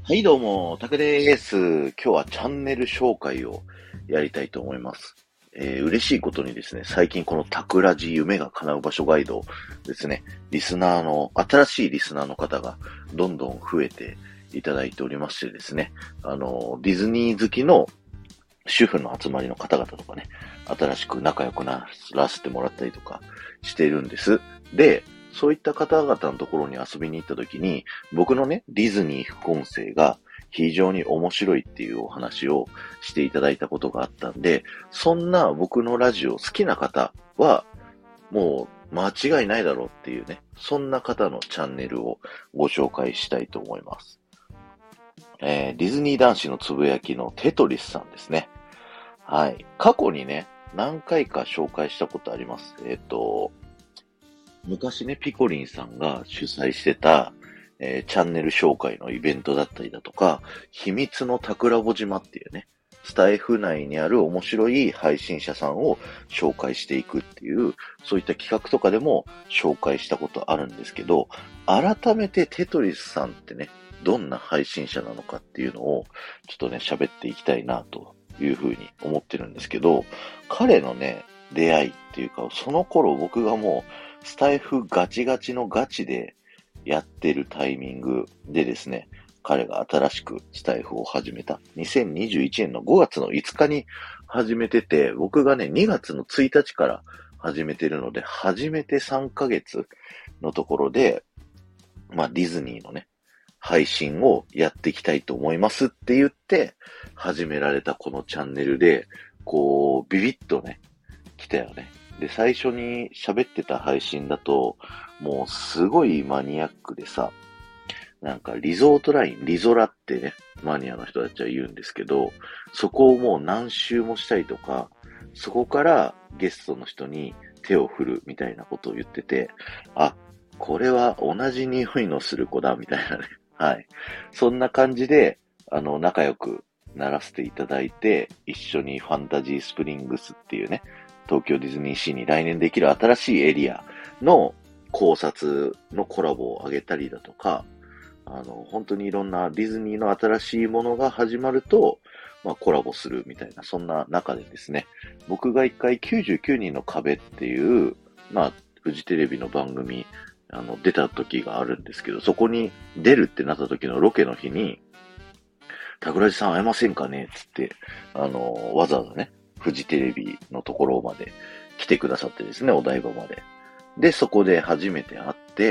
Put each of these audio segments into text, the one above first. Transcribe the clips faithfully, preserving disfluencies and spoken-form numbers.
はい、どうも、タクです。今日はチャンネル紹介をやりたいと思います。えー、嬉しいことにですね、最近このタクラジ夢が叶う場所ガイドですね、リスナーの、新しいリスナーの方がどんどん増えていただいておりましてですね、あの、ディズニー好きの主婦の集まりの方々とかね、新しく仲良くならせてもらったりとかしているんです。で、そういった方々のところに遊びに行った時に、僕のね、ディズニー副音声が非常に面白いっていうお話をしていただいたことがあったんで、そんな僕のラジオ好きな方は、もう間違いないだろうっていうね、そんな方のチャンネルをご紹介したいと思います。えー、ディズニー男子のつぶやきのテトリスさんですね。はい。過去にね、何回か紹介したことあります。えっと、昔ね、ピコリンさんが主催してた、えーチャンネル紹介のイベントだったりだとか、秘密の桜穂島っていうね、スタイフ内にある面白い配信者さんを紹介していくっていう、そういった企画とかでも紹介したことあるんですけど、改めてテトリスさんってね、どんな配信者なのかっていうのを、ちょっとね、喋っていきたいなというふうに思ってるんですけど、彼のね、出会いっていうか、その頃僕がもう、スタイフガチガチのガチでやってるタイミングでですね、彼が新しくスタイフを始めた。にせんにじゅういちねんのごがつのいつかに始めてて、僕がね、にがつのついたちから始めてるので、始めてさんかげつのところで、まあディズニーのね、配信をやっていきたいと思いますって言って、始められたこのチャンネルで、こう、ビビッとね、来たよね。で、最初に喋ってた配信だと、もうすごいマニアックでさ、なんかリゾートライン、リゾラってね、マニアの人たちは言うんですけど、そこをもう何周もしたりとか、そこからゲストの人に手を振るみたいなことを言ってて、あ、これは同じ匂いのする子だ、みたいなね。はい。そんな感じで、あの、仲良くならせていただいて、一緒にファンタジースプリングスっていうね、東京ディズニーシーに来年できる新しいエリアの考察のコラボを上げたりだとか、あの、本当にいろんなディズニーの新しいものが始まると、まあコラボするみたいな、そんな中でですね、僕が一回きゅうじゅうきゅうにんの壁っていう、まあ、フジテレビの番組、あの、出た時があるんですけど、そこに出るってなった時のロケの日に、桜地さん会えませんかねつって、あの、わざわざね、フジテレビのところまで来てくださってですね、お台場まで。で、そこで初めて会って、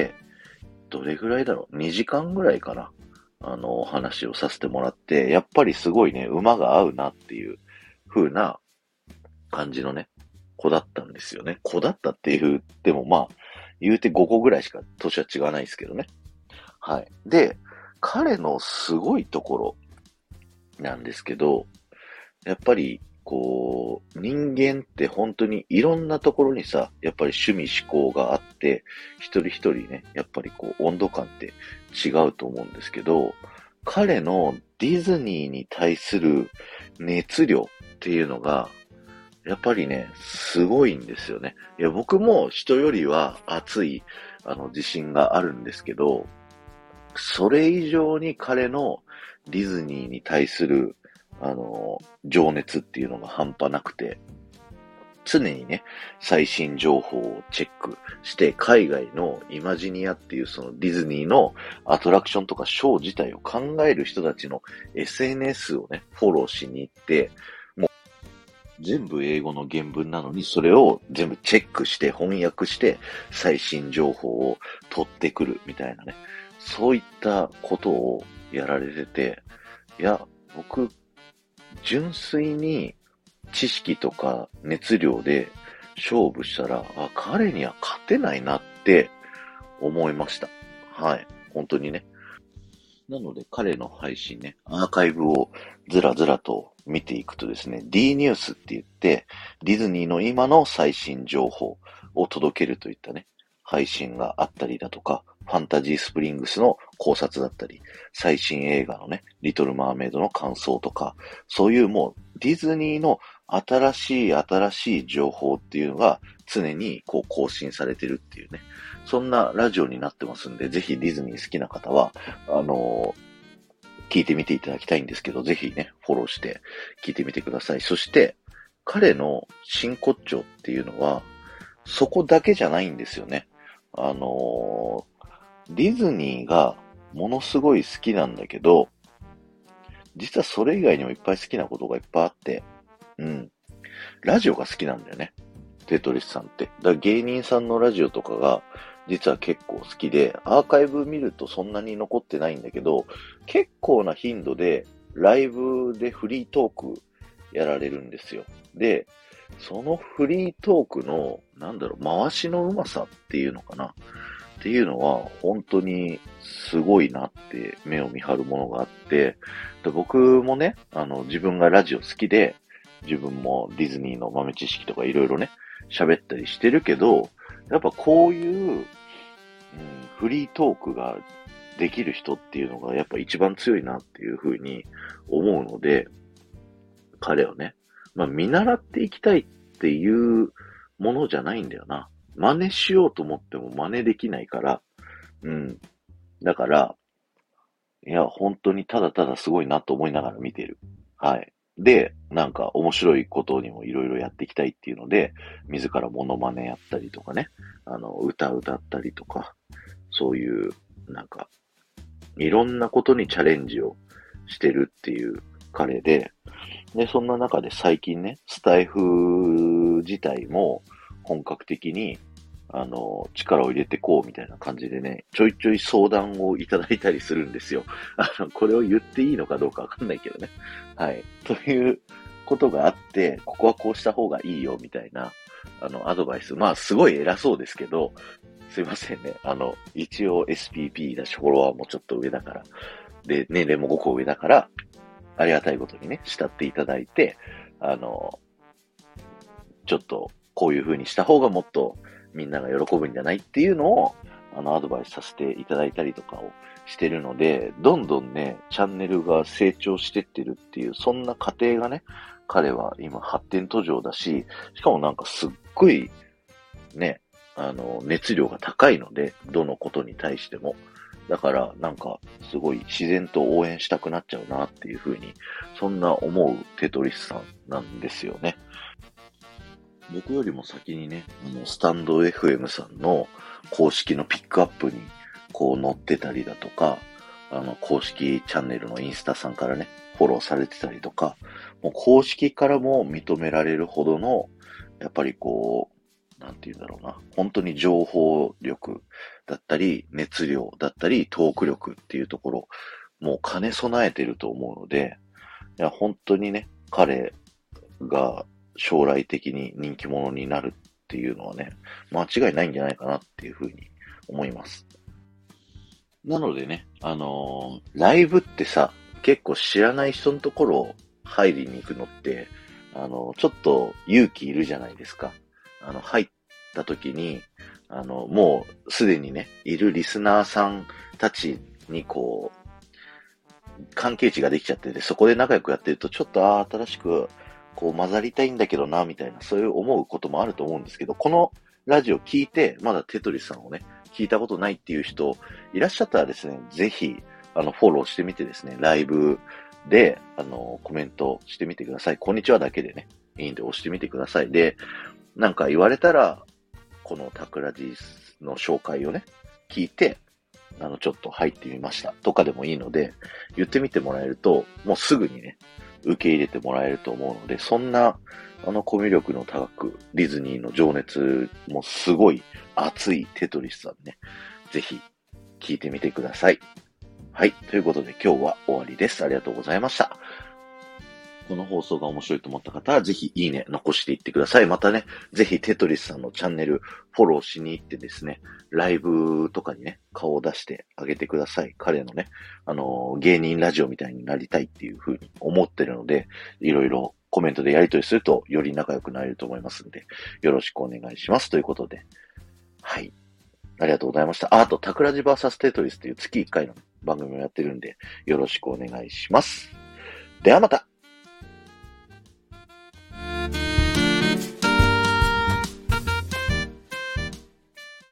どれぐらいだろう ?に 時間ぐらいかな。あの、お話をさせてもらって、やっぱりすごいね、馬が合うなっていう風な感じのね、子だったんですよね。子だったって言っても、まあ、言うてごこぐらいしか年は違わないですけどね。はい。で、彼のすごいところなんですけど、やっぱり、こう、人間って本当にいろんなところにさ、やっぱり趣味思考があって、一人一人ね、やっぱりこう、温度感って違うと思うんですけど、彼のディズニーに対する熱量っていうのが、やっぱりね、すごいんですよね。いや、僕も人よりは熱い、あの、自信があるんですけど、それ以上に彼のディズニーに対する、あの、情熱っていうのが半端なくて、常にね、最新情報をチェックして、海外のイマジニアっていうそのディズニーのアトラクションとかショー自体を考える人たちの エスエヌエス をね、フォローしに行って、もう全部英語の原文なのに、それを全部チェックして翻訳して、最新情報を取ってくるみたいなね。そういったことをやられてて、いや、僕、純粋に知識とか熱量で勝負したら、あ、彼には勝てないなって思いました。はい。本当にね。なので彼の配信ね、アーカイブをずらずらと見ていくとですね、D ニュースって言って、ディズニーの今の最新情報を届けるといったね、配信があったりだとか、ファンタジースプリングスの考察だったり、最新映画のね、リトルマーメイドの感想とか、そういうもうディズニーの新しい新しい情報っていうのが常にこう更新されてるっていうね、そんなラジオになってますんで、ぜひディズニー好きな方は、あの聞いてみていただきたいんですけど、ぜひね、フォローして聞いてみてください。そして、彼の真骨頂っていうのは、そこだけじゃないんですよね。あのー、ディズニーがものすごい好きなんだけど、実はそれ以外にもいっぱい好きなことがいっぱいあって、うん。ラジオが好きなんだよね。テトリスさんって。だから芸人さんのラジオとかが実は結構好きで、アーカイブ見るとそんなに残ってないんだけど、結構な頻度でライブでフリートークやられるんですよ。で、そのフリートークの、なんだろう、回しのうまさっていうのかなっていうのは、本当にすごいなって目を見張るものがあって、で僕もね、あの、自分がラジオ好きで、自分もディズニーの豆知識とかいろいろね、喋ったりしてるけど、やっぱこういう、うん、フリートークができる人っていうのがやっぱ一番強いなっていうふうに思うので、彼をね、まあ見習っていきたいっていうものじゃないんだよな。真似しようと思っても真似できないから、うん。だから、いや、本当にただただすごいなと思いながら見てる。はい。で、なんか面白いことにもいろいろやっていきたいっていうので、自らモノマネやったりとかね、あの、歌歌ったりとか、そういう、なんか、いろんなことにチャレンジをしてるっていう彼で、で、そんな中で最近ね、スタイフ自体も本格的に、あの、力を入れてこうみたいな感じでね、ちょいちょい相談をいただいたりするんですよ。あの、これを言っていいのかどうかわかんないけどね。はい。ということがあって、ここはこうした方がいいよみたいな、あの、アドバイス。まあ、すごい偉そうですけど、すいませんね。あの、一応 エスピーピー だし、フォロワーもちょっと上だから、で、年齢もごこ上だから、ありがたいことにね、慕っていただいて、あの、ちょっと、こういう風にした方がもっとみんなが喜ぶんじゃないっていうのを、あの、アドバイスさせていただいたりとかをしてるので、どんどんね、チャンネルが成長してってるっていう、そんな過程がね、彼は今発展途上だし、しかもなんかすっごい、ね、あの、熱量が高いので、どのことに対しても。だから、なんか、すごい自然と応援したくなっちゃうなっていうふうに、そんな思うテトリスさんなんですよね。僕よりも先にね、あの、スタンド エフエム さんの公式のピックアップに、こう載ってたりだとか、あの、公式チャンネルのインスタさんからね、フォローされてたりとか、もう公式からも認められるほどの、やっぱりこう、なんて言うんだろうな、本当に情報力だったり、熱量だったり、トーク力っていうところ、もう兼ね備えてると思うので、いや、本当にね、彼が将来的に人気者になるっていうのはね、間違いないんじゃないかなっていうふうに思います。なのでね、あのーライブってさ、結構知らない人のところ入りに行くのって、あのーちょっと勇気いるじゃないですか。あの、入った時に、あの、もうすでにね、いるリスナーさんたちにこう、関係値ができちゃってて、そこで仲良くやってると、ちょっと、ああ、新しく、こう混ざりたいんだけどな、みたいな、そういう思うこともあると思うんですけど、このラジオ聞いて、まだテトリスさんをね、聞いたことないっていう人いらっしゃったらですね、ぜひ、あの、フォローしてみてですね、ライブで、あの、コメントしてみてください。こんにちはだけでね、いいんで押してみてください。で、なんか言われたら、このタクラジの紹介をね、聞いて、あの、ちょっと入ってみましたとかでもいいので、言ってみてもらえると、もうすぐにね、受け入れてもらえると思うので、そんな、あの、コミュ力の高く、ディズニーの情熱もすごい熱いテトリスさんね、ぜひ聞いてみてください。はい。ということで今日は終わりです。ありがとうございました。この放送が面白いと思った方は、ぜひいいね、残していってください。またね、ぜひテトリスさんのチャンネルフォローしに行ってですね、ライブとかにね、顔を出してあげてください。彼のね、あのー、芸人ラジオみたいになりたいっていう風に思ってるので、いろいろコメントでやり取りすると、より仲良くなれると思いますので、よろしくお願いします。ということで、はい。ありがとうございました。あ、あと、タクラジバーサステトリスっていう月いっかいの番組をやってるんで、よろしくお願いします。ではまた